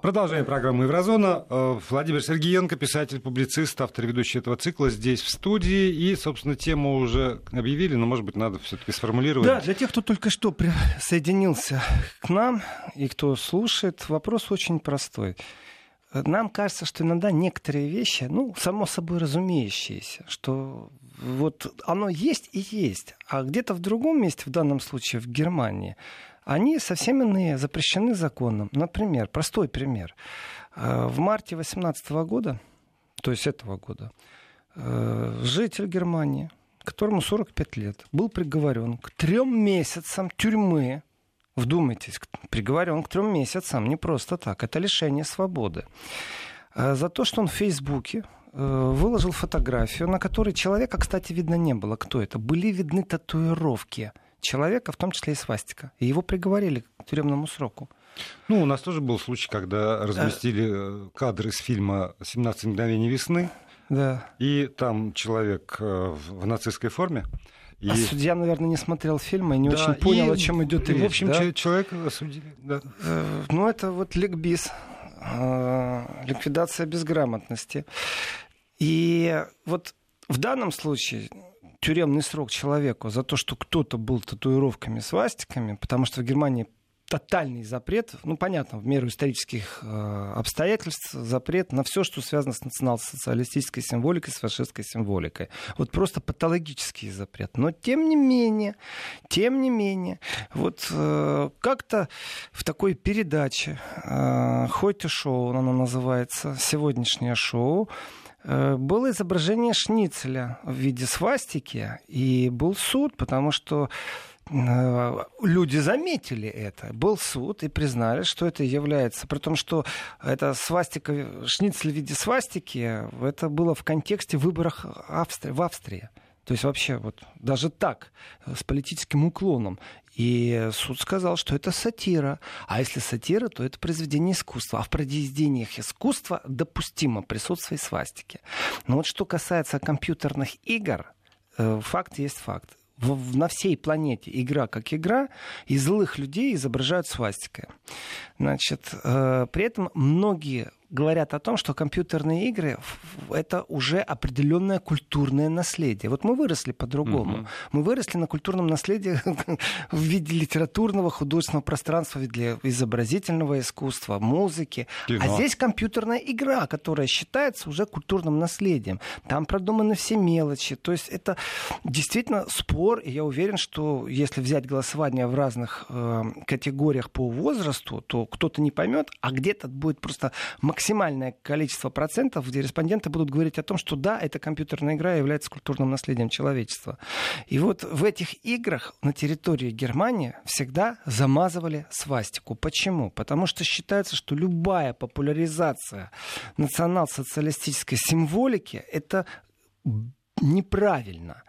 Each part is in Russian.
Продолжаем программу «Еврозона». Владимир Сергеенко, писатель, публицист, автор и ведущий этого цикла, здесь в студии. И, собственно, тему уже объявили, но, может быть, надо все-таки сформулировать. Да, для тех, кто только что присоединился к нам и кто слушает, вопрос очень простой. Нам кажется, что иногда некоторые вещи, само собой разумеющиеся, что вот оно есть и есть, а где-то в другом месте, в данном случае в Германии, они совсем иные, запрещены законом. Например, простой пример. В марте 2018 года, то есть этого года, житель Германии, которому 45 лет, был приговорен к 3 месяцам тюрьмы. Вдумайтесь, приговорен к 3 месяцам, не просто так, это лишение свободы. За то, что он в Фейсбуке выложил фотографию, на которой человека, кстати, видно не было. Кто это? Были видны татуировки человека, в том числе и свастика. И его приговорили к тюремному сроку. У нас тоже был случай, когда разместили кадры из фильма «17 мгновений весны». Да. И там человек в нацистской форме. А судья, наверное, не смотрел фильм и не очень понял, о чем идет речь. В общем, человека осудили. Да. Это вот ликбез, ликвидация безграмотности. И вот в данном случае тюремный срок человеку за то, что кто-то был татуировками, свастиками, потому что в Германии тотальный запрет, понятно, в меру исторических обстоятельств, запрет на все, что связано с национал-социалистической символикой, с фашистской символикой. Вот просто патологический запрет. Но тем не менее, вот как-то в такой передаче «Heute-шоу», оно называется, сегодняшнее шоу, было изображение шницеля в виде свастики, и был суд, потому что люди заметили это. Был суд и признали, что это является... При том, что эта свастика, шницель в виде свастики, это было в контексте выборов в Австрии. То есть вообще вот даже так, с политическим уклоном. И суд сказал, что это сатира. А если сатира, то это произведение искусства. А в произведениях искусства допустимо присутствие свастики. Но вот что касается компьютерных игр, факт есть факт. На всей планете игра как игра, и злых людей изображают свастикой. При этом многие говорят о том, что компьютерные игры — это уже определенное культурное наследие. Вот мы выросли по-другому. Mm-hmm. Мы выросли на культурном наследии в виде литературного, художественного пространства, в виде изобразительного искусства, музыки. Кино. А здесь компьютерная игра, которая считается уже культурным наследием. Там продуманы все мелочи. То есть это действительно спор, и я уверен, что если взять голосование в разных категориях по возрасту, то кто-то не поймет, а где-то будет просто максимальное количество процентов, где респонденты будут говорить о том, что да, эта компьютерная игра является культурным наследием человечества. И вот в этих играх на территории Германии всегда замазывали свастику. Почему? Потому что считается, что любая популяризация национал-социалистической символики — это неправильно.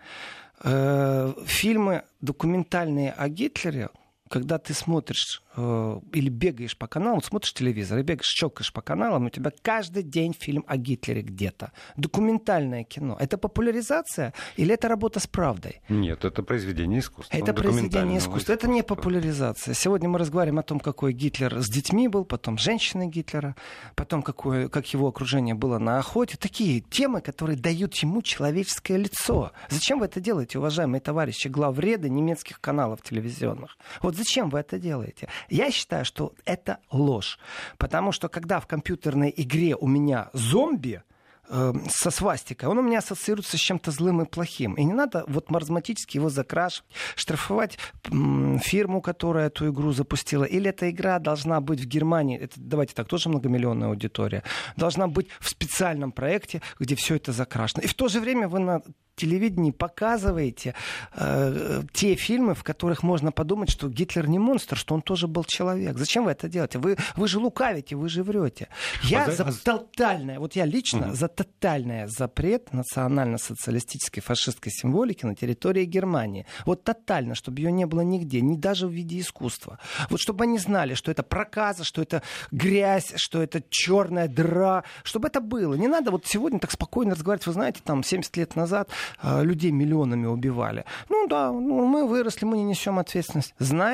Фильмы документальные о Гитлере, когда ты смотришь или бегаешь по каналам, смотришь телевизор и бегаешь, щелкаешь по каналам, у тебя каждый день фильм о Гитлере где-то. Документальное кино. Это популяризация или это работа с правдой? Нет, это произведение искусства. Это произведение искусства. Это не популяризация. Сегодня мы разговариваем о том, какой Гитлер с детьми был, потом женщины Гитлера, потом как его окружение было на охоте. Такие темы, которые дают ему человеческое лицо. Зачем вы это делаете, уважаемые товарищи, главреды немецких каналов телевизионных? Вот зачем вы это делаете? Я считаю, что это ложь. Потому что когда в компьютерной игре у меня зомби со свастикой, он у меня ассоциируется с чем-то злым и плохим. И не надо вот маразматически его закрашивать, штрафовать фирму, которая эту игру запустила. Или эта игра должна быть в Германии, это, давайте так, тоже многомиллионная аудитория, должна быть в специальном проекте, где все это закрашено. И в то же время вы на телевидении показываете те фильмы, в которых можно подумать, что Гитлер не монстр, что он тоже был человек. Зачем вы это делаете? Вы же лукавите, вы же врете. Я за тотальное, вот я лично за тотальный запрет национально-социалистической фашистской символики на территории Германии. Вот тотально, чтобы ее не было нигде, ни даже в виде искусства. Вот чтобы они знали, что это проказа, что это грязь, что это черная дыра, чтобы это было. Не надо вот сегодня так спокойно разговаривать. Вы знаете, там 70 лет назад людей миллионами убивали. Ну да, мы выросли, мы не несем ответственность. Знаете,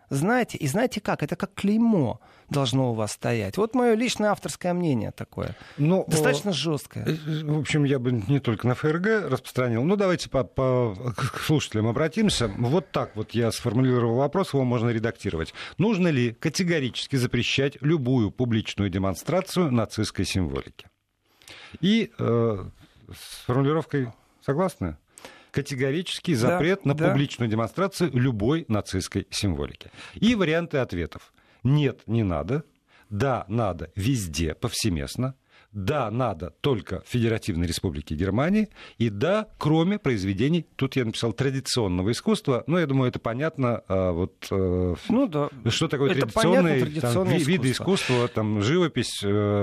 знаете, и знаете как? Это как клеймо должно у вас стоять. Вот мое личное авторское мнение такое. Достаточно жесткое. В общем, я бы не только на ФРГ распространил. Давайте к слушателям обратимся. Вот так вот я сформулировал вопрос, его можно редактировать. Нужно ли категорически запрещать любую публичную демонстрацию нацистской символики? И с формулировкой согласны? Категорический запрет на публичную демонстрацию любой нацистской символики. И варианты ответов. Нет, не надо. Да, надо везде, повсеместно. Да, надо только в Федеративной Республике Германии. И да, кроме произведений, тут я написал традиционного искусства, но я думаю, это понятно, что такое традиционные виды искусства, там, живопись,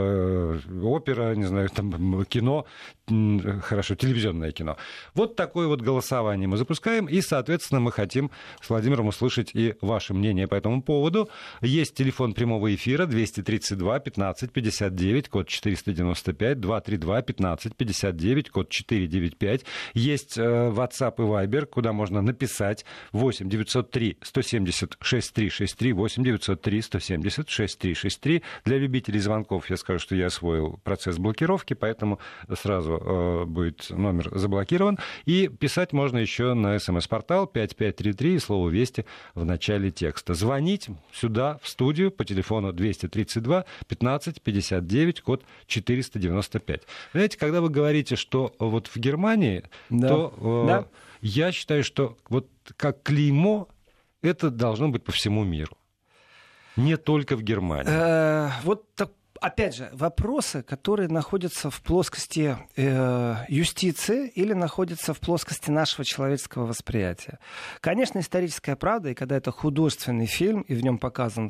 опера, не знаю, там, кино, хорошо, телевизионное кино. Вот такое вот голосование мы запускаем, и, соответственно, мы хотим с Владимиром услышать и ваше мнение по этому поводу. Есть телефон прямого эфира 232 15 59, код 495, 232 15 59, код 495. Есть WhatsApp и Viber, куда можно написать 8 903 170 6363, 8 903 170 6363. Для любителей звонков я скажу, что я освоил процесс блокировки, поэтому сразу будет номер заблокирован. И писать можно еще на СМС-портал 5533 и слово «Вести» в начале текста. Звонить сюда, в студию, по телефону 232 15 59, код 495. Знаете, когда вы говорите, что вот в Германии, то я считаю, что вот как клеймо это должно быть по всему миру. Не только в Германии. Опять же, вопросы, которые находятся в плоскости юстиции или находятся в плоскости нашего человеческого восприятия. Конечно, историческая правда, и когда это художественный фильм, и в нем показан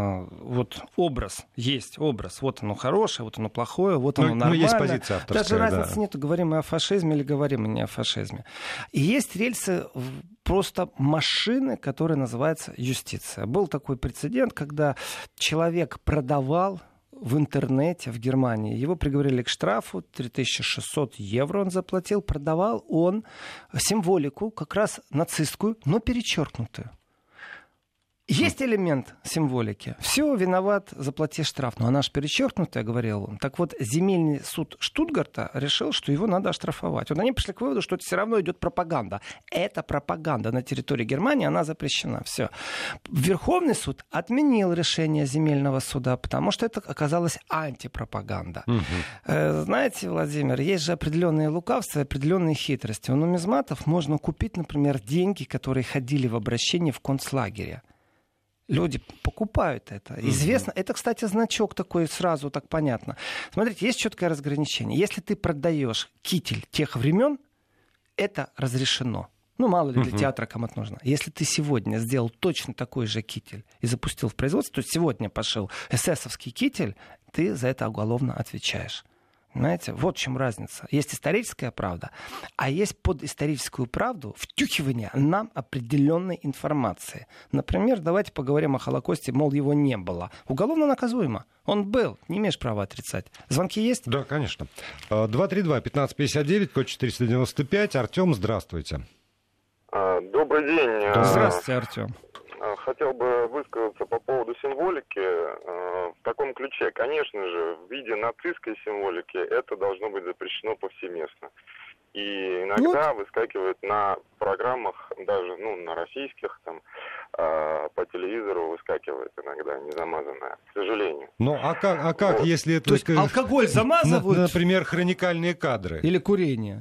образ, есть образ, вот оно хорошее, вот оно плохое, вот оно нормальное. Есть позиция авторская. Даже разницы нету, говорим мы о фашизме или говорим мы не о фашизме. И есть рельсы просто машины, которая называется юстиция. Был такой прецедент, когда человек продавал в интернете в Германии. Его приговорили к штрафу, 3600 евро он заплатил. Продавал он символику, как раз нацистскую, но перечеркнутую. Есть элемент символики. Все, виноват, заплати штраф. Но она же перечеркнутая, говорил он. Так вот, земельный суд Штутгарта решил, что его надо оштрафовать. Вот они пришли к выводу, что это все равно идет пропаганда. Это пропаганда на территории Германии, она запрещена. Все. Верховный суд отменил решение земельного суда, потому что это оказалось антипропаганда. Знаете, Владимир, есть же определенные лукавства, определенные хитрости. У нумизматов можно купить, например, деньги, которые ходили в обращение в концлагере. Люди покупают это. Известно. Это, кстати, значок такой, сразу так понятно. Смотрите, есть четкое разграничение. Если ты продаешь китель тех времен, это разрешено. Мало ли для театра кому-то нужно. Если ты сегодня сделал точно такой же китель и запустил в производство, то есть сегодня пошил эсэсовский китель, ты за это уголовно отвечаешь. Понимаете? Вот в чем разница. Есть историческая правда, а есть под историческую правду втюхивание нам определенной информации. Например, давайте поговорим о Холокосте, мол, его не было. Уголовно наказуемо. Он был, не имеешь права отрицать. Звонки есть? Да, конечно. 232-1559, код 495. Артем, здравствуйте. Добрый день. Здравствуйте, Артем. Хотел бы высказаться по поводу символики в таком ключе. Конечно же, в виде нацистской символики это должно быть запрещено повсеместно. И иногда выскакивает на программах, даже на российских, по телевизору выскакивает иногда незамазанное, к сожалению. А как, если это... То есть алкоголь замазывают? Например, хроникальные кадры. Или курение?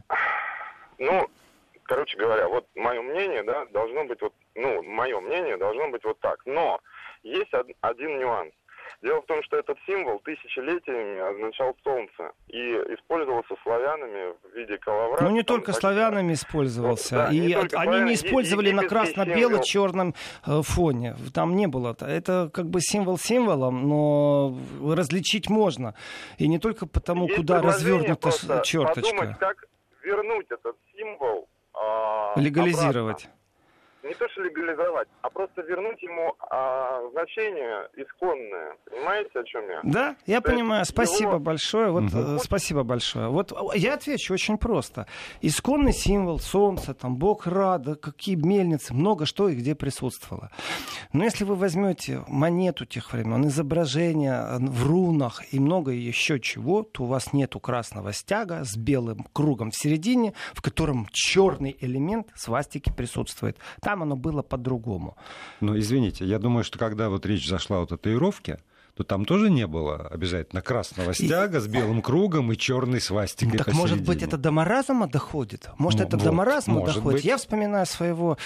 Короче говоря, вот мое мнение, должно быть мое мнение должно быть вот так. Но есть один нюанс. Дело в том, что этот символ тысячелетиями означал солнце и использовался славянами в виде коловрата. Не только славянами использовался. И они не использовали на красно-бело-черном фоне. Там не было. Это как бы символ символом, но различить можно. И не только потому, есть куда развернута черточка. Подумать, как вернуть этот символ легализировать. Обратно. не то что легализовать, а просто вернуть ему значение исконное. Понимаете, о чем я? Да, я понимаю. Спасибо большое. Вот, спасибо большое. Вот я отвечу очень просто. Исконный символ, солнце, там, бог Ра, какие мельницы, много что и где присутствовало. Но если вы возьмете монету тех времен, изображения в рунах и много еще чего, то у вас нету красного стяга с белым кругом в середине, в котором черный элемент свастики присутствует. Там оно было по-другому. Ну, извините, я думаю, что когда вот речь зашла о татуировке, то там тоже не было обязательно красного стяга с белым кругом и черной свастикой. Так может быть, это до маразма доходит? Может, это до маразма доходит? Быть. Я вспоминаю своего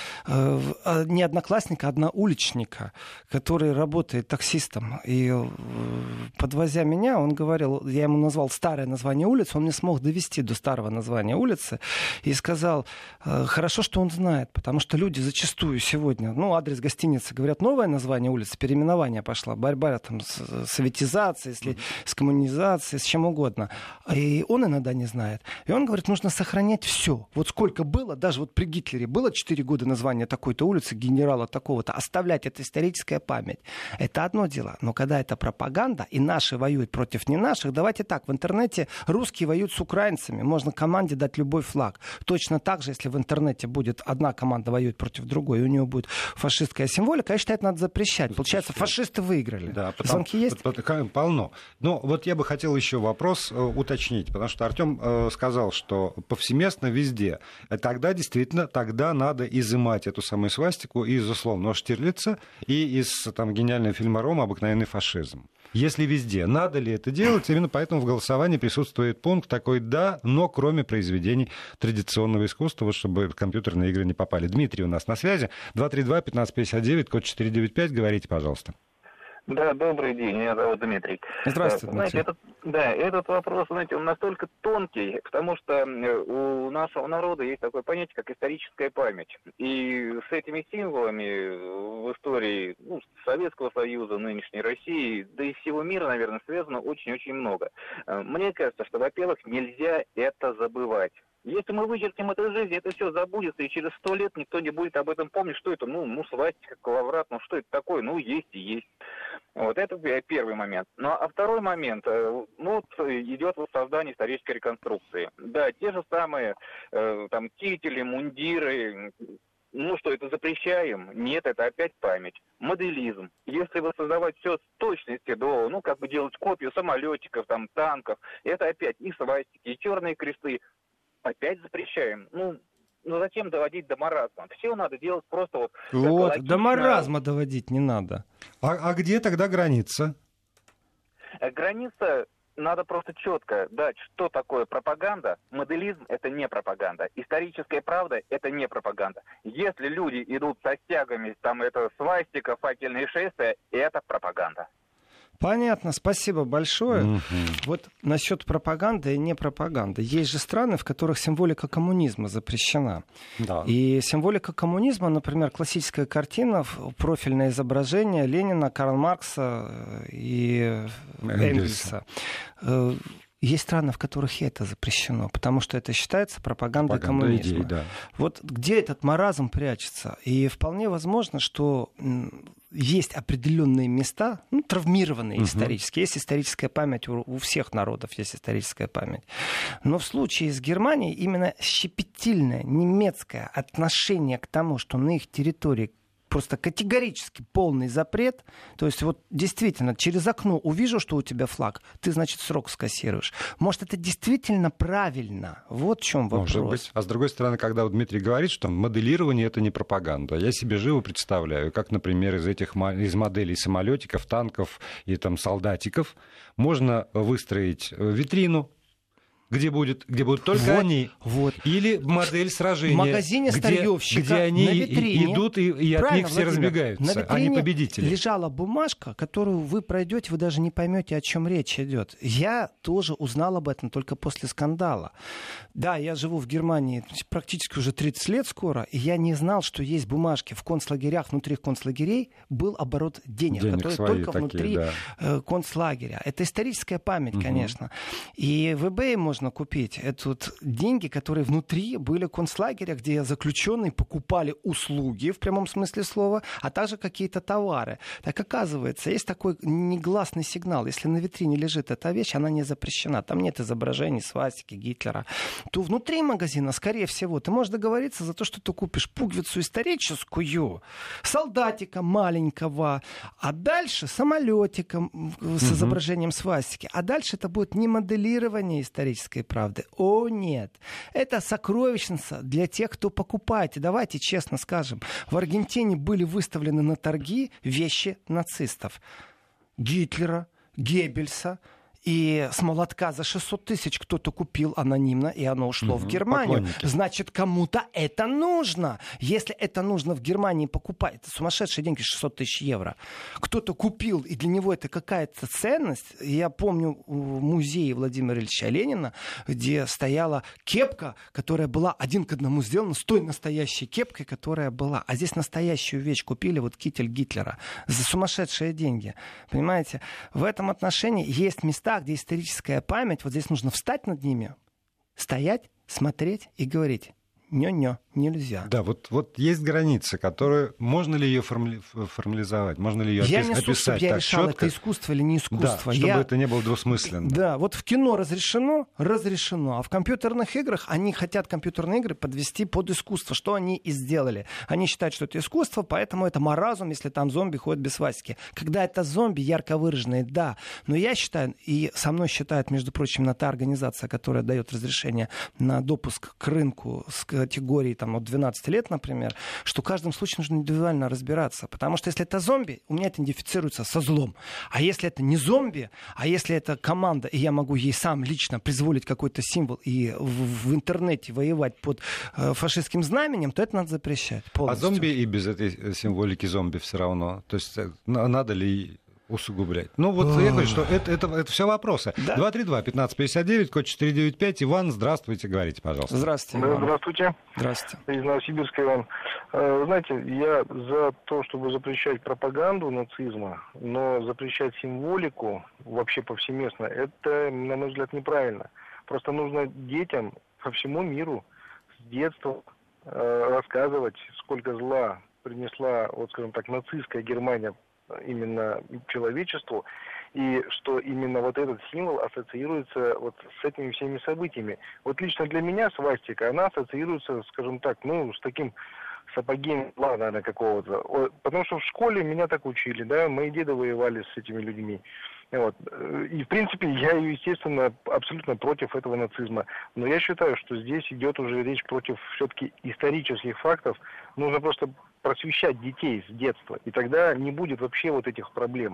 не одноклассника, а одноуличника, который работает таксистом. И подвозя меня, он говорил, я ему назвал старое название улицы, он не смог довести до старого названия улицы и сказал, хорошо, что он знает, потому что люди зачастую сегодня, адрес гостиницы, говорят, новое название улицы, переименование пошла, борьба там с советизацией, с коммунизацией, с чем угодно. И он иногда не знает. И он говорит, нужно сохранять все. Вот сколько было, даже вот при Гитлере было 4 года название такой-то улицы, генерала такого-то, оставлять это историческая память. Это одно дело. Но когда это пропаганда, и наши воюют против не наших, давайте так, в интернете русские воюют с украинцами. Можно команде дать любой флаг. Точно так же, если в интернете будет одна команда воюет против другой, и у нее будет фашистская символика, я считаю, это надо запрещать. Получается, фашисты выиграли. Да, есть? Полно. Но вот я бы хотел еще вопрос уточнить, потому что Артем сказал, что повсеместно везде. Тогда действительно, надо изымать эту самую свастику из условного Штирлица и из гениального фильма «Рома. Обыкновенный фашизм». Если везде, надо ли это делать? Именно поэтому в голосовании присутствует пункт такой «да», но кроме произведений традиционного искусства, вот чтобы компьютерные игры не попали. Дмитрий у нас на связи. 232-1559, код 495. Говорите, пожалуйста. Да, добрый день, меня зовут Дмитрий. Здравствуйте, Дмитрий. Знаете, этот вопрос, он настолько тонкий, потому что у нашего народа есть такое понятие, как историческая память. И с этими символами в истории Советского Союза, нынешней России, да и всего мира, наверное, связано очень-очень много. Мне кажется, что, во-первых, нельзя это забывать. Если мы вычеркнем это из жизни, это все забудется, и через 100 лет никто не будет об этом помнить, что это, свастика, коловрат, что это такое, есть и есть. Вот это первый момент. А второй момент, идет создание исторической реконструкции. Да, те же самые, кители, мундиры, что это запрещаем? Нет, это опять память. Моделизм. Если воссоздавать все с точностью до, делать копию самолетиков, танков, это опять и свастики, и черные кресты. Опять запрещаем. Зачем доводить до маразма? Все надо делать просто до маразма доводить не надо. А где тогда граница? Граница надо просто четко дать, что такое пропаганда. Моделизм — это не пропаганда. Историческая правда — это не пропаганда. Если люди идут со стягами, это свастика, факельные шествия, это пропаганда. Понятно, спасибо большое. Вот насчет пропаганды и не пропаганды. Есть же страны, в которых символика коммунизма запрещена. Да. И символика коммунизма, например, классическая картина, профильное изображение Ленина, Карла Маркса и Энгельса. Есть страны, в которых это запрещено, потому что это считается пропагандой коммунизма. Идей, да. Вот где этот маразм прячется? И вполне возможно, что есть определенные места, травмированные исторически. Есть историческая память, у всех народов есть историческая память. Но в случае с Германией именно щепетильное немецкое отношение к тому, что на их территории просто категорически полный запрет. То есть действительно через окно увижу, что у тебя флаг, ты, значит, срок скассируешь. Может, это действительно правильно? Вот в чем вопрос. Может быть. А с другой стороны, когда Дмитрий говорит, что моделирование — это не пропаганда, я себе живо представляю, как, например, из моделей самолетиков, танков и солдатиков можно выстроить витрину, где будут только они. Или модель сражения. В магазине старьевщика где они на витрине, идут и от них все разбегаются. На витрине они победители. Лежала бумажка, которую вы пройдете, вы даже не поймете, о чем речь идет. Я тоже узнал об этом только после скандала. Да, я живу в Германии практически уже 30 лет скоро, и я не знал, что есть бумажки в концлагерях, внутри концлагерей был оборот денег который только такие, внутри концлагеря. Это историческая память, конечно. И в eBay можно можно купить. Это вот деньги, которые внутри были концлагеря, где заключенные покупали услуги, в прямом смысле слова, а также какие-то товары. Так оказывается, есть такой негласный сигнал. Если на витрине лежит эта вещь, она не запрещена. Там нет изображений свастики, Гитлера. То внутри магазина, скорее всего, ты можешь договориться за то, что ты купишь пуговицу историческую, солдатика маленького, а дальше самолетика с изображением свастики. А дальше это будет не моделирование исторической правды. О, нет. Это сокровищница для тех, кто покупает. И давайте честно скажем, в Аргентине были выставлены на торги вещи нацистов. Гитлера, Геббельса. И с молотка за 600 тысяч кто-то купил анонимно, и оно ушло в Германию. Поклонники. Значит, кому-то это нужно. Если это нужно в Германии покупать, это сумасшедшие деньги, 600 тысяч евро. Кто-то купил, и для него это какая-то ценность. Я помню в музее Владимира Ильича Ленина, где стояла кепка, которая была 1 к 1 сделана с той настоящей кепкой, которая была. А здесь настоящую вещь купили, вот китель Гитлера, за сумасшедшие деньги. Понимаете? В этом отношении есть места, где историческая память, вот здесь нужно встать над ними, стоять, смотреть и говорить: нё-нё, нельзя. Да, вот есть граница, которую... Можно ли ее формализовать? Можно ли ее описать? Я несу, чтобы я решал, четко? Это искусство или не искусство. Да, чтобы это не было двусмысленно. Да, вот в кино разрешено, а в компьютерных играх они хотят компьютерные игры подвести под искусство, что они и сделали. Они считают, что это искусство, поэтому это маразм, если там зомби ходят без свастики. Когда это зомби ярко выраженные, да. Но я считаю, и со мной считает, между прочим, та организация, которая дает разрешение на допуск к рынку с категории там, от 12 лет, например, что в каждом случае нужно индивидуально разбираться. Потому что если это зомби, у меня это идентифицируется со злом. А если это не зомби, а если это команда, и я могу ей сам лично призволить какой-то символ и в интернете воевать под фашистским знаменем, то это надо запрещать полностью. А зомби и без этой символики зомби все равно? То есть надо ли усугублять? Ну вот я говорю, что это все вопросы. Да. 232-1559, код 495. Иван, здравствуйте, говорите, пожалуйста. Здравствуйте, Иван. Здравствуйте. Здравствуйте. Из Новосибирска, Иван. Знаете, я за то, чтобы запрещать пропаганду нацизма, но запрещать символику вообще повсеместно, это, на мой взгляд, неправильно. Просто нужно детям по всему миру с детства рассказывать, сколько зла принесла, вот скажем так, нацистская Германия именно человечеству, и что именно вот этот символ ассоциируется вот с этими всеми событиями. Вот лично для меня свастика, она ассоциируется, скажем так, с таким сапогем зла, наверное, какого-то. Потому что в школе меня так учили, да, мои деды воевали с этими людьми. Вот. И, в принципе, я, естественно, абсолютно против этого нацизма. Но я считаю, что здесь идет уже речь против все-таки исторических фактов. Нужно просто просвещать детей с детства. И тогда не будет вообще вот этих проблем.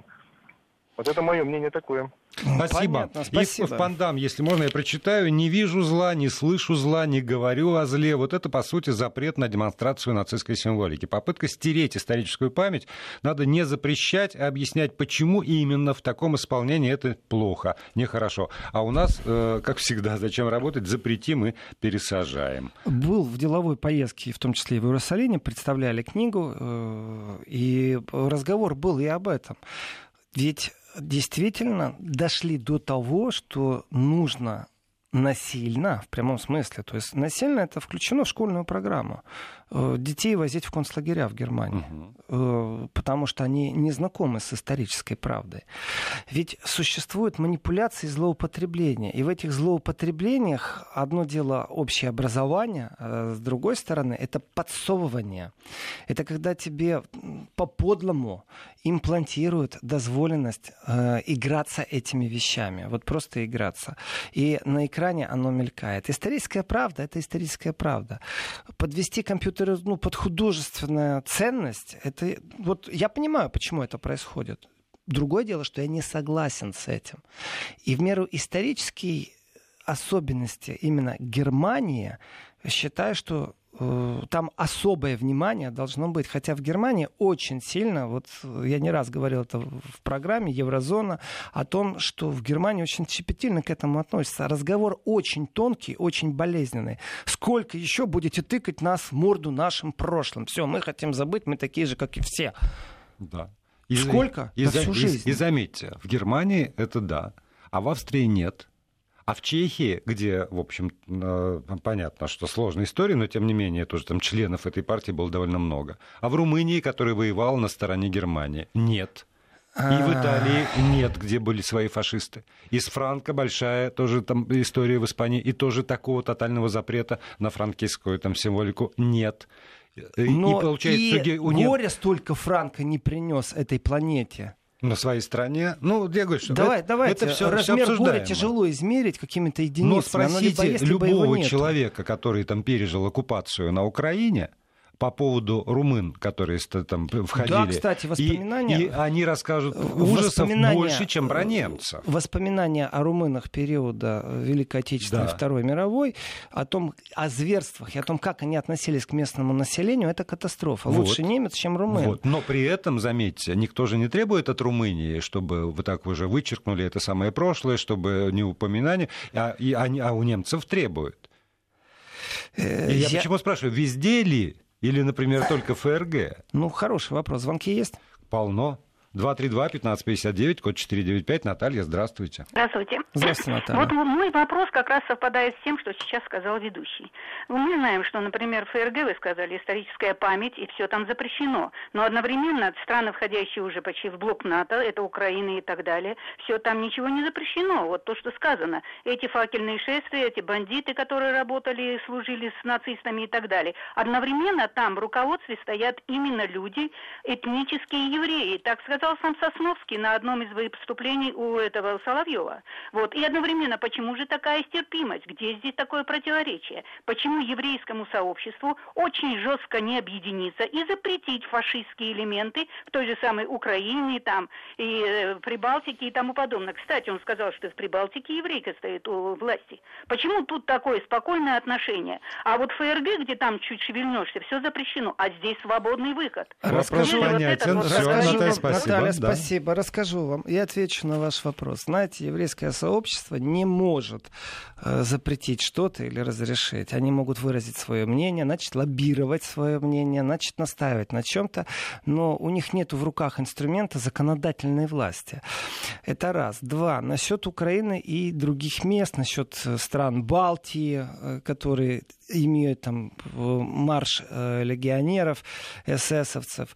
Вот это мое мнение такое. Спасибо. Понятно, спасибо. И в Пандам, если можно, я прочитаю. Не вижу зла, не слышу зла, не говорю о зле. Вот это, по сути, запрет на демонстрацию нацистской символики. Попытка стереть историческую память надо не запрещать, а объяснять, почему именно в таком исполнении это плохо, нехорошо. А у нас, как всегда, зачем работать? Запретим и пересажаем. Был в деловой поездке, в том числе и в Иерусалиме, представляли книгу, и разговор был и об этом. Ведь действительно дошли до того, что нужно насильно, в прямом смысле, то есть насильно это включено в школьную программу, детей возить в концлагеря в Германии, потому что они не знакомы с исторической правдой. Ведь существуют манипуляции и злоупотребления, и в этих злоупотреблениях одно дело общее образование, а с другой стороны это подсовывание. Это когда тебе по-подлому имплантируют дозволенность играться этими вещами, вот просто играться. И на экране оно мелькает. Историческая правда — это историческая правда. Подвести компьютер под художественную ценность, это вот я понимаю, почему это происходит. Другое дело, что я не согласен с этим. И в меру исторической особенности именно Германии считаю, что там особое внимание должно быть. Хотя в Германии очень сильно, вот я не раз говорил это в программе «Еврозона», о том, что в Германии очень щепетильно к этому относятся. Разговор очень тонкий, очень болезненный. Сколько еще будете тыкать нас в морду нашим прошлым? Все, мы хотим забыть, мы такие же, как и все. Да. Сколько? Всю жизнь. И заметьте, в Германии это да, а в Австрии нет. А в Чехии, где, в общем, понятно, что сложная история, но тем не менее тоже там членов этой партии было довольно много. А в Румынии, который воевал на стороне Германии, нет. И в Италии нет, где были свои фашисты. Из Франко большая тоже там история в Испании, и тоже такого тотального запрета на франкистскую там символику нет. Но и получается, горе столько Франко не принес этой планете. На своей стране. Ну, я говорю, что давайте. это все размер горя тяжело измерить какими-то единицами. Но спросите любого человека, который там пережил оккупацию на Украине, по поводу румын, которые там входили. Да, кстати, воспоминания... И они расскажут ужасов больше, чем про немцев. Воспоминания о румынах периода Великой Отечественной и Второй мировой, о зверствах и о том, как они относились к местному населению, это катастрофа. Вот. Лучше немец, чем румын. Вот. Но при этом, заметьте, никто же не требует от Румынии, чтобы вы так уже вычеркнули это самое прошлое, чтобы не упоминание, а у немцев требуют. Я почему спрашиваю, везде ли? Или, например, только ФРГ? Ну, хороший вопрос. Звонки есть? Полно. 232-1559, код 495. Наталья, здравствуйте. Здравствуйте. Здравствуйте, Наталья. Вот мой вопрос как раз совпадает с тем, что сейчас сказал ведущий. Мы знаем, что, например, ФРГ, вы сказали, историческая память, и все там запрещено. Но одновременно страны, входящие уже почти в блок НАТО, это Украина и так далее, все там ничего не запрещено. Вот то, что сказано. Эти факельные шествия, эти бандиты, которые работали, служили с нацистами и так далее. Одновременно там в руководстве стоят именно люди, этнические евреи. Так сказал сам Сосновский на одном из выступлений у этого Соловьева. Вот. И одновременно, почему же такая стерпимость? Где здесь такое противоречие? Почему еврейскому сообществу очень жестко не объединиться и запретить фашистские элементы в той же самой Украине, там, и Прибалтике и тому подобное? Кстати, он сказал, что в Прибалтике еврейка стоит у власти. Почему тут такое спокойное отношение? А вот ФРГ, где там чуть шевельнешься, все запрещено, а здесь свободный выход. Вопрос понятен. Наталья, спасибо. Наталья, спасибо. Расскажу вам. Я отвечу на ваш вопрос. Знаете, еврейское сообщество не может запретить что-то или разрешить. Они могут выразить свое мнение, значит, лоббировать свое мнение, значит, настаивать на чем-то, но у них нет в руках инструмента законодательной власти. Это раз. Два. Насчет Украины и других мест, насчет стран Балтии, которые имеют там марш легионеров, эсэсовцев.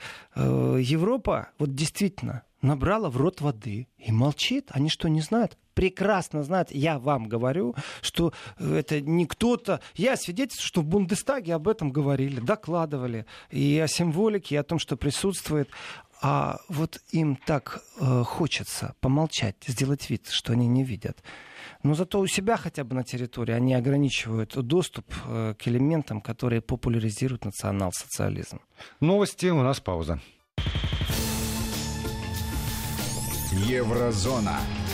Европа вот действительно набрала в рот воды и молчит. Они что, не знают? Прекрасно знают. Я вам говорю, что это не кто-то... Я свидетельствую, что в Бундестаге об этом говорили, докладывали. И о символике, и о том, что присутствует. А вот им так хочется помолчать, сделать вид, что они не видят. Но зато у себя хотя бы на территории они ограничивают доступ к элементам, которые популяризируют национал-социализм. Новости, у нас пауза. Еврозона.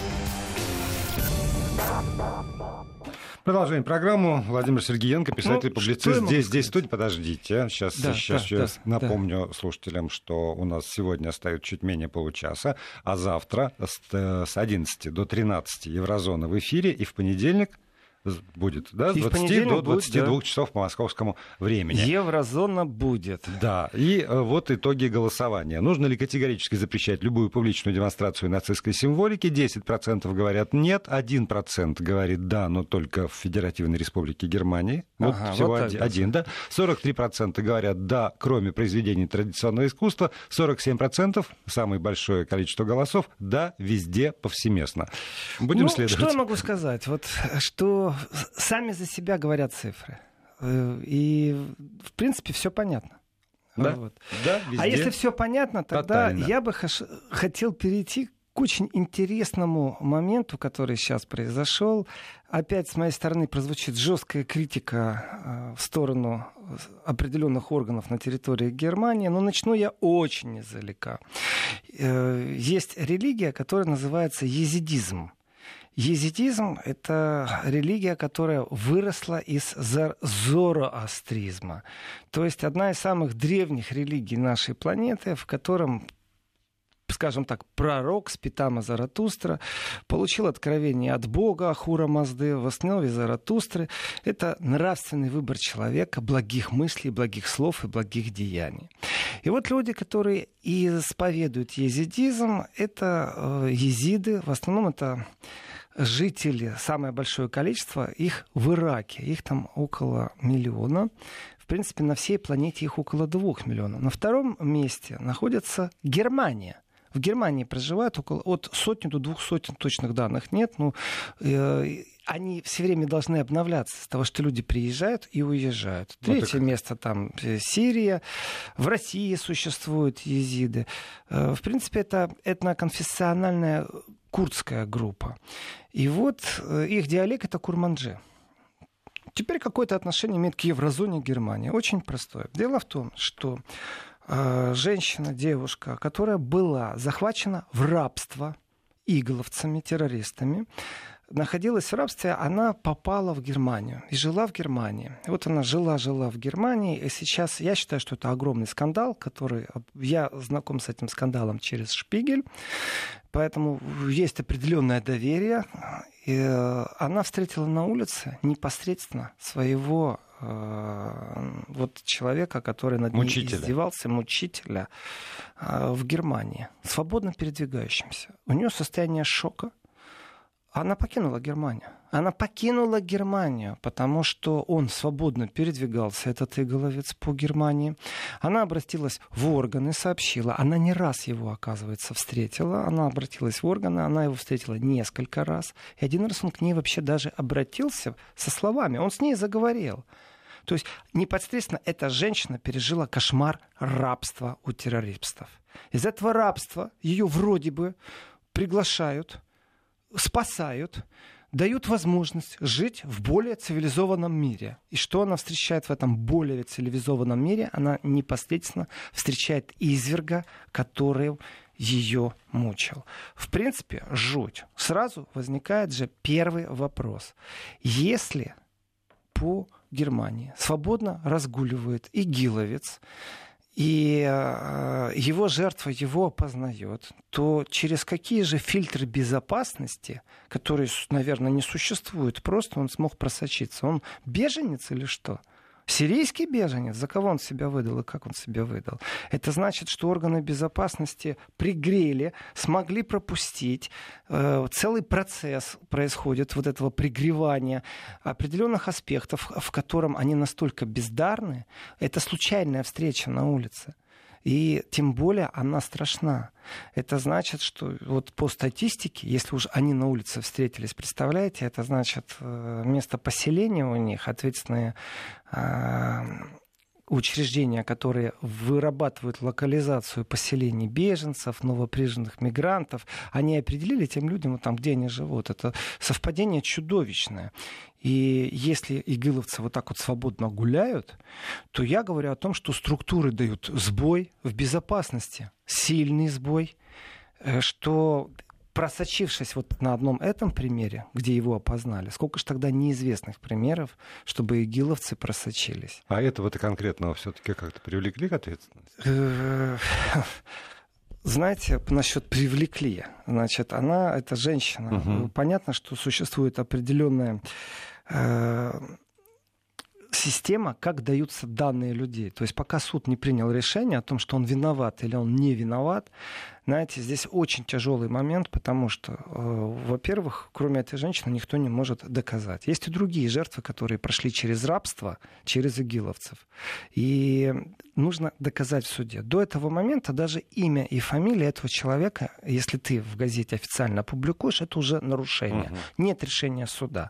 Продолжаем программу. Владимир Сергеенко, писатель, публицист. Здесь студия. Подождите. Сейчас напомню слушателям, что у нас сегодня остается чуть менее получаса, а завтра с 11 до 13 Еврозона в эфире, и в понедельник будет, да, с 20 до 22 часов по московскому времени. Еврозона будет. Да, и вот итоги голосования. Нужно ли категорически запрещать любую публичную демонстрацию нацистской символики? 10% говорят нет, 1% говорит да, но только в Федеративной Республике Германии. Вот всего вот один, да. 43% говорят да, кроме произведений традиционного искусства. 47%, самое большое количество голосов, да, везде, повсеместно. Будем следовать. Что я могу сказать? Вот что сами за себя говорят цифры. И, в принципе, все понятно. Да? Вот. Да, везде. А если все понятно, тогда тотально. Я бы хотел перейти к очень интересному моменту, который сейчас произошел. Опять с моей стороны прозвучит жесткая критика в сторону определенных органов на территории Германии, но начну я очень издалека. Есть религия, которая называется езидизм. Езидизм — это религия, которая выросла из зороастризма. То есть одна из самых древних религий нашей планеты, в котором, скажем так, пророк Спитама Заратустра получил откровение от Бога, Ахура Мазды. В основе Заратустры это нравственный выбор человека, благих мыслей, благих слов и благих деяний. И вот люди, которые исповедуют езидизм, это езиды, в основном это жители, самое большое количество, их в Ираке. Их там около 1 миллиона. В принципе, на всей планете их около 2 миллионов. На втором месте находится Германия. В Германии проживают от 100 до 200, точных данных нет. Но они все время должны обновляться с того, что люди приезжают и уезжают. Третье место там Сирия. В России существуют езиды. В принципе, это этноконфессиональная курдская группа. И вот их диалект — это курманджи. Теперь какое-то отношение имеет к еврозоне Германии. Очень простое. Дело в том, что женщина, девушка, которая была захвачена в рабство игловцами, террористами, находилась в рабстве, она попала в Германию и жила в Германии. И вот она жила в Германии, и сейчас я считаю, что это огромный скандал, который... Я знаком с этим скандалом через Шпигель, поэтому есть определенное доверие. И она встретила на улице непосредственно своего вот человека, который над ней издевался, мучителя в Германии, свободно передвигающимся. У нее состояние шока. Она покинула Германию. Она покинула Германию, потому что он свободно передвигался, этот иголовец, по Германии. Она обратилась в органы, сообщила. Она не раз его, оказывается, встретила. Она обратилась в органы, она его встретила несколько раз. И один раз он к ней вообще даже обратился со словами. Он с ней заговорил. То есть непосредственно эта женщина пережила кошмар рабства у террористов. Из этого рабства ее вроде бы приглашают, спасают, дают возможность жить в более цивилизованном мире. И что она встречает в этом более цивилизованном мире? Она непосредственно встречает изверга, который ее мучил. В принципе, жуть. Сразу возникает же первый вопрос. Если по Германии свободно разгуливает игиловец, и его жертва его опознает, то через какие же фильтры безопасности, которые, наверное, не существуют, просто он смог просочиться? Он беженец или что? Сирийский беженец? За кого он себя выдал и как он себя выдал? Это значит, что органы безопасности пригрели, смогли пропустить. Целый процесс происходит вот этого пригревания определенных аспектов, в котором они настолько бездарны. Это случайная встреча на улице. И тем более она страшна. Это значит, что вот по статистике, если уж они на улице встретились, представляете, это значит место поселения у них, ответственные учреждения, которые вырабатывают локализацию поселений беженцев, новоприбывших мигрантов, они определили тем людям, там, где они живут. Это совпадение чудовищное. И если игиловцы вот так вот свободно гуляют, то я говорю о том, что структуры дают сбой в безопасности, сильный сбой, что просочившись вот на одном этом примере, где его опознали, сколько же тогда неизвестных примеров, чтобы игиловцы просочились. А этого-то конкретного все-таки как-то привлекли к ответственности? Знаете, насчет привлекли. Значит, она, эта женщина, понятно, что существует определенная система, как даются данные людей. То есть пока суд не принял решение о том, что он виноват или он не виноват, знаете, здесь очень тяжелый момент, потому что, во-первых, кроме этой женщины никто не может доказать. Есть и другие жертвы, которые прошли через рабство, через игиловцев. И нужно доказать в суде. До этого момента даже имя и фамилия этого человека, если ты в газете официально опубликуешь, это уже нарушение. Нет решения суда.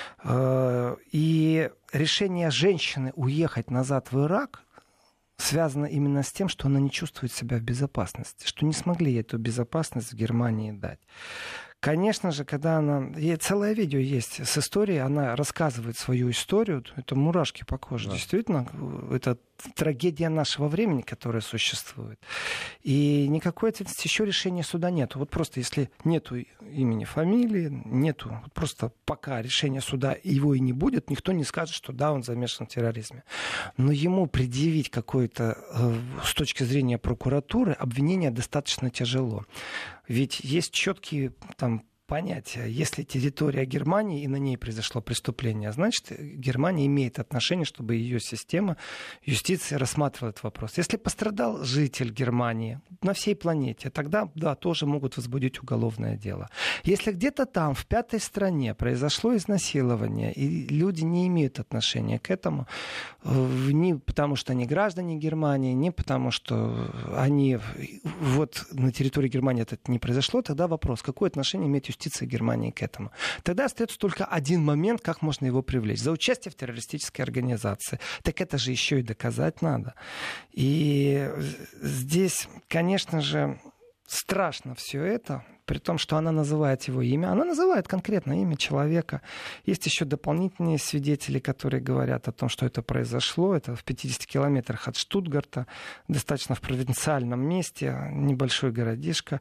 И решение женщины уехать назад в Ирак связано именно с тем, что она не чувствует себя в безопасности, что не смогли ей эту безопасность в Германии дать. Конечно же, когда она... Ей целое видео есть с историей, она рассказывает свою историю, это мурашки по коже. Да. Действительно, это трагедия нашего времени, которая существует. И никакой ответственности, еще решения суда нету. Вот просто если нету имени, фамилии, нету, вот просто пока решения суда его и не будет, никто не скажет, что да, он замешан в терроризме. Но ему предъявить какое-то, с точки зрения прокуратуры, обвинение достаточно тяжело. Ведь есть четкие там понятие. Если территория Германии и на ней произошло преступление, значит, Германия имеет отношение, чтобы ее система юстиции рассматривала этот вопрос. Если пострадал житель Германии на всей планете, тогда, да, тоже могут возбудить уголовное дело. Если где-то там, в 5-й стране, произошло изнасилование, и люди не имеют отношения к этому, не потому что они граждане Германии, не потому что они вот на территории Германии это не произошло, тогда вопрос, какое отношение имеет юстиция Германии к этому. Тогда остается только один момент, как можно его привлечь. За участие в террористической организации. Так это же еще и доказать надо. И здесь, конечно же, страшно все это, при том, что она называет его имя. Она называет конкретно имя человека. Есть еще дополнительные свидетели, которые говорят о том, что это произошло. Это в 50 километрах от Штутгарта, достаточно в провинциальном месте, небольшой городишко.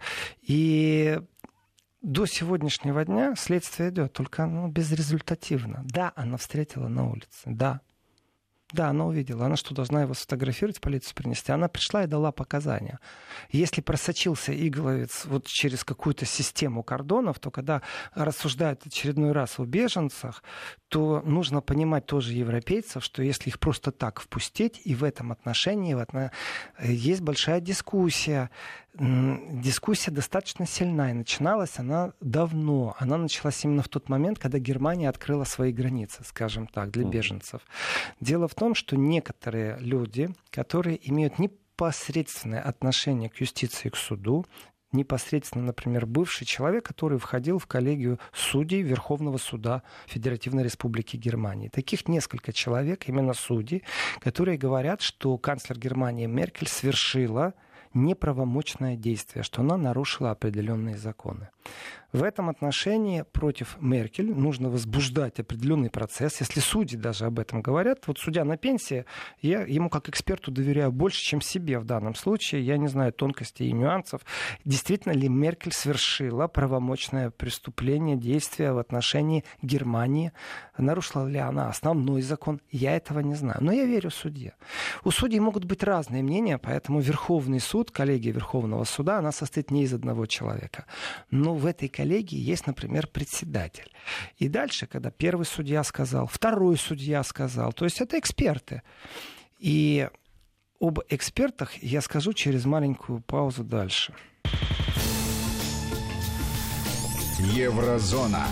И до сегодняшнего дня следствие идет, только оно безрезультативно. Да, она встретила на улице, да. Да, она увидела. Она что, должна его сфотографировать, в полицию принести? Она пришла и дала показания. Если просочился игловец вот через какую-то систему кордонов, то когда рассуждают очередной раз о беженцах, то нужно понимать тоже европейцев, что если их просто так впустить, и в этом отношении есть большая дискуссия. Дискуссия достаточно сильная. И начиналась она давно. Она началась именно в тот момент, когда Германия открыла свои границы, скажем так, для беженцев. Дело в том, что некоторые люди, которые имеют непосредственное отношение к юстиции и к суду, непосредственно, например, бывший человек, который входил в коллегию судей Верховного суда Федеративной Республики Германии. Таких несколько человек, именно судей, которые говорят, что канцлер Германии Меркель совершила неправомочное действие, что она нарушила определенные законы. В этом отношении против Меркель нужно возбуждать определенный процесс. Если судьи даже об этом говорят, вот судья на пенсии, я ему как эксперту доверяю больше, чем себе в данном случае. Я не знаю тонкостей и нюансов. Действительно ли Меркель совершила правомочное преступление, действие в отношении Германии? Нарушила ли она основной закон? Я этого не знаю. Но я верю судье. У судей могут быть разные мнения, поэтому Верховный суд, коллегия Верховного суда, она состоит не из одного человека. Но в этой коллегии есть, например, председатель. И дальше, когда первый судья сказал, второй судья сказал, то есть это эксперты. И об экспертах я скажу через маленькую паузу дальше. Еврозона.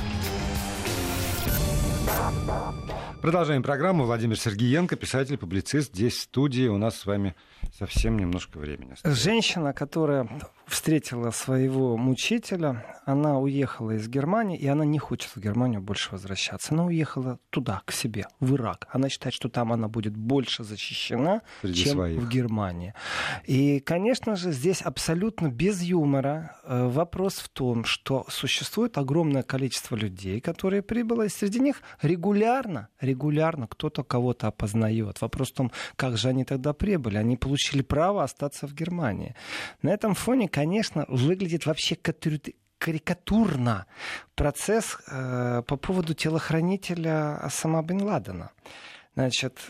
Продолжаем программу. Владимир Сергиенко, писатель, публицист. Здесь в студии у нас с вами совсем немножко времени осталось. Женщина, которая встретила своего мучителя, она уехала из Германии, и она не хочет в Германию больше возвращаться. Она уехала туда, к себе, в Ирак. Она считает, что там она будет больше защищена, чем в Германии. И, конечно же, здесь абсолютно без юмора вопрос в том, что существует огромное количество людей, которые прибыло, и среди них регулярно кто-то кого-то опознает. Вопрос в том, как же они тогда прибыли. Они получили право остаться в Германии. На этом фоне, конечно, выглядит вообще карикатурно процесс по поводу телохранителя Осама бен Ладена. Значит,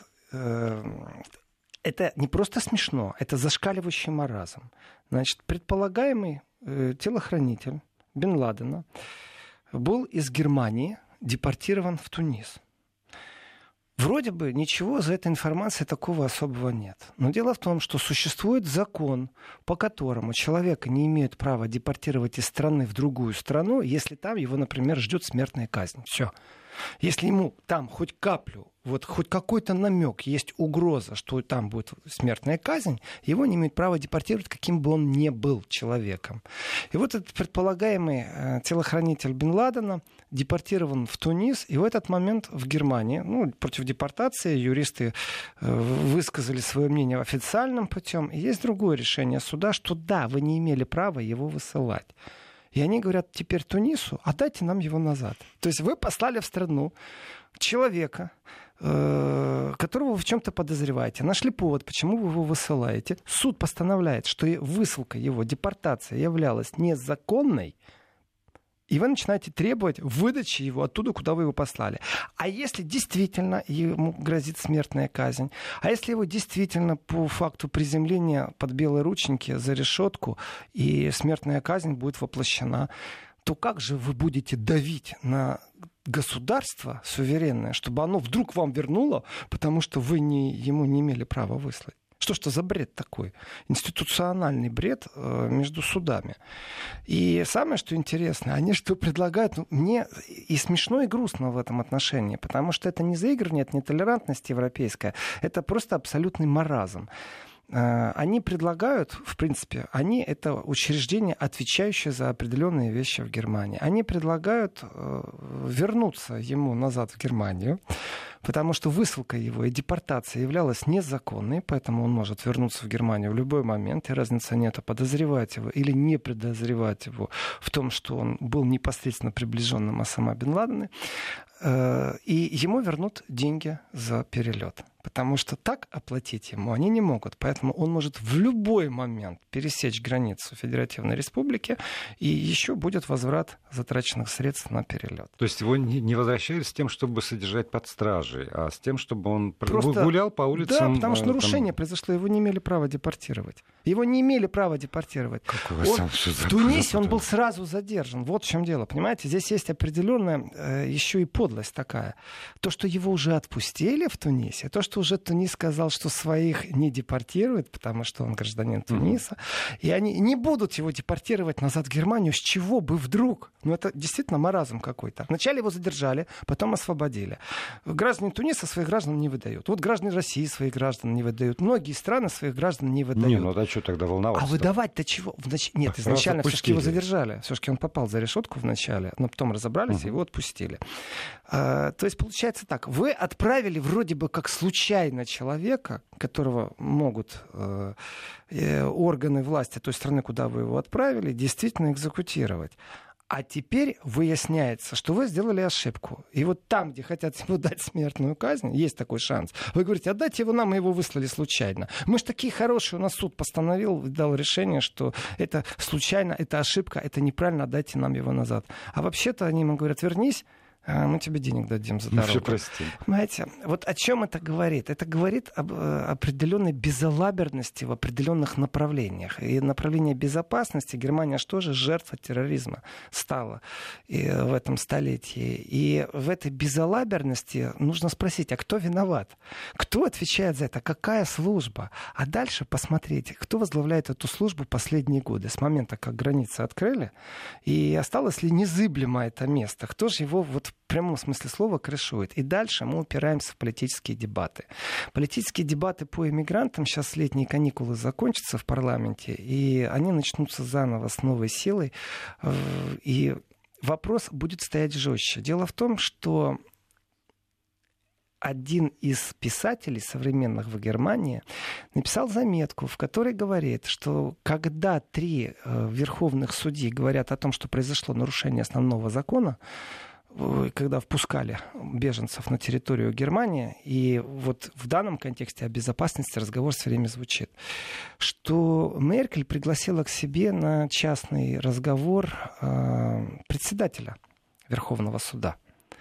это не просто смешно, это зашкаливающий маразм. Значит, предполагаемый телохранитель бен Ладена был из Германии депортирован в Тунис. Вроде бы ничего за этой информацией такого особого нет. Но дело в том, что существует закон, по которому человека не имеют права депортировать из страны в другую страну, если там его, например, ждет смертная казнь. Все. Если ему там хоть каплю, вот хоть какой-то намек, есть угроза, что там будет смертная казнь, его не имеют права депортировать, каким бы он ни был человеком. И вот этот предполагаемый телохранитель бен Ладена депортирован в Тунис, и в этот момент в Германии, против депортации юристы высказали свое мнение официальным путем, и есть другое решение суда, что да, вы не имели права его высылать. И они говорят теперь Тунису, отдайте нам его назад. То есть вы послали в страну человека, которого вы в чем-то подозреваете. Нашли повод, почему вы его высылаете. Суд постановляет, что высылка его, депортация являлась незаконной, и вы начинаете требовать выдачи его оттуда, куда вы его послали. А если действительно ему грозит смертная казнь, а если его действительно по факту приземления под белые рученьки за решетку, и смертная казнь будет воплощена, то как же вы будете давить на государство суверенное, чтобы оно вдруг вам вернуло, потому что вы ему не имели права выслать? Что ж это за бред такой? Институциональный бред между судами. И самое, что интересно, они что предлагают, мне и смешно, и грустно в этом отношении, потому что это не заигрывание, это не толерантность европейская, это просто абсолютный маразм. Они предлагают, в принципе, это учреждение, отвечающее за определенные вещи в Германии. Они предлагают вернуться ему назад в Германию, потому что высылка его и депортация являлась незаконной, поэтому он может вернуться в Германию в любой момент, и разницы нет, подозревать его или не подозревать его в том, что он был непосредственно приближенным Осама бен Ладена, и ему вернут деньги за перелет. Потому что так оплатить ему они не могут. Поэтому он может в любой момент пересечь границу Федеративной Республики, и еще будет возврат затраченных средств на перелет. То есть его не возвращали с тем, чтобы содержать под стражей, а с тем, чтобы он гулял по улицам? Да, потому что нарушение произошло, его не имели права депортировать. Его не имели права депортировать. В Тунисе он был сразу задержан. Вот в чем дело. Понимаете, здесь есть определенная еще и подлость такая. То, что его уже отпустили в Тунисе, то, что уже Тунис сказал, что своих не депортируют, потому что он гражданин Туниса, и они не будут его депортировать назад в Германию. С чего бы вдруг? Ну, это действительно маразм какой-то. Вначале его задержали, потом освободили. Граждане Туниса своих граждан не выдают. Вот граждане России своих граждан не выдают. Многие страны своих граждан не выдают. Не, ну а что тогда волноваться? А выдавать-то чего? Нет, изначально все-таки его задержали. Все-таки он попал за решетку вначале, но потом разобрались и его отпустили. То есть получается так. Вы отправили вроде бы как случайно человека, которого могут органы власти той страны, куда вы его отправили, действительно экзекутировать. А теперь выясняется, что вы сделали ошибку. И вот там, где хотят ему дать смертную казнь, есть такой шанс. Вы говорите, отдайте его нам, мы его выслали случайно. Мы же такие хорошие, у нас суд постановил, дал решение, что это случайно, это ошибка, это неправильно, отдайте нам его назад. А вообще-то они ему говорят, вернись, мы тебе денег дадим за дорогу. Понимаете, вот о чем это говорит? Это говорит об определенной безалаберности в определенных направлениях. И направление безопасности Германия что же жертва терроризма стала в этом столетии. И в этой безалаберности нужно спросить, а кто виноват? Кто отвечает за это? Какая служба? А дальше посмотрите, кто возглавляет эту службу последние годы, с момента, как границы открыли, и осталось ли незыблемо это место? Кто же его вот в прямом смысле слова крышует? И дальше мы упираемся в политические дебаты. Политические дебаты по иммигрантам, сейчас летние каникулы закончатся в парламенте, и они начнутся заново с новой силой, и вопрос будет стоять жестче. Дело в том, что один из писателей современных в Германии написал заметку, в которой говорит, что когда 3 верховных судьи говорят о том, что произошло нарушение основного закона, когда впускали беженцев на территорию Германии, и вот в данном контексте о безопасности разговор все время звучит, что Меркель пригласила к себе на частный разговор председателя Верховного суда.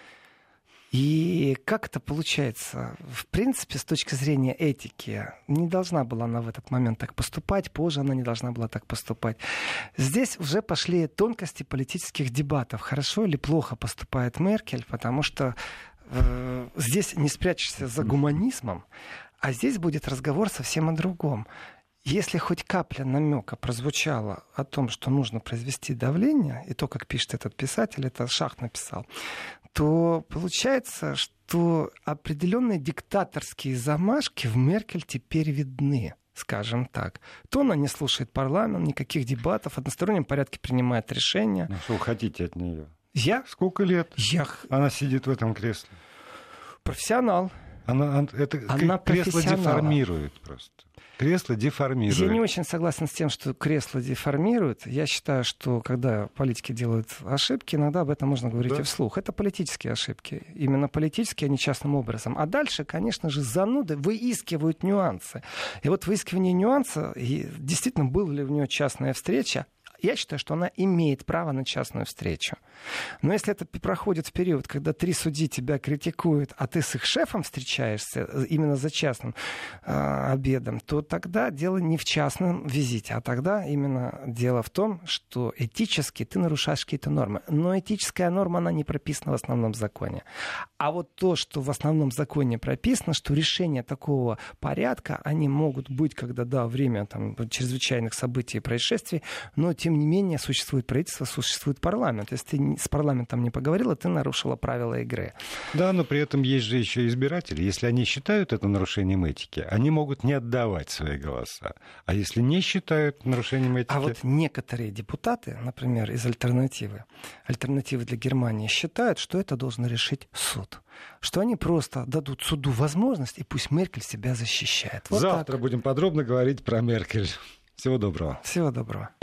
И как это получается? В принципе, с точки зрения этики, не должна была она в этот момент так поступать, позже она не должна была так поступать. Здесь уже пошли тонкости политических дебатов. Хорошо или плохо поступает Меркель, потому что здесь не спрячешься за гуманизмом, а здесь будет разговор совсем о другом. Если хоть капля намека прозвучала о том, что нужно произвести давление, и то, как пишет этот писатель, это Шах написал, то получается, что определенные диктаторские замашки в Меркель теперь видны, скажем так. То она не слушает парламент, никаких дебатов, в одностороннем порядке принимает решения. Ну, что вы хотите от нее? Я? Сколько лет? Она сидит в этом кресле. Профессионал. Она кресло деформирует просто. Кресло деформирует. Я не очень согласен с тем, что кресло деформирует. Я считаю, что когда политики делают ошибки, иногда об этом можно говорить и вслух. Это политические ошибки. Именно политические, а не частным образом. А дальше, конечно же, зануды выискивают нюансы. И вот выискивание нюанса, и действительно, была ли у нее частная встреча, Я считаю, что она имеет право на частную встречу. Но если это проходит в период, когда 3 судьи тебя критикуют, а ты с их шефом встречаешься именно за частным обедом, то тогда дело не в частном визите, а тогда именно дело в том, что этически ты нарушаешь какие-то нормы. Но этическая норма, она не прописана в основном законе. А вот то, что в основном законе прописано, что решения такого порядка, они могут быть, когда, да, время там, чрезвычайных событий и происшествий, но, тем не менее, существует правительство, существует парламент. Если ты с парламентом не поговорила, ты нарушила правила игры. Да, но при этом есть же еще избиратели. Если они считают это нарушением этики, они могут не отдавать свои голоса. А если не считают нарушением этики... А вот некоторые депутаты, например, из альтернативы для Германии, считают, что это должен решить суд. Что они просто дадут суду возможность, и пусть Меркель себя защищает. Вот завтра так. Будем подробно говорить про Меркель. Всего доброго. Всего доброго.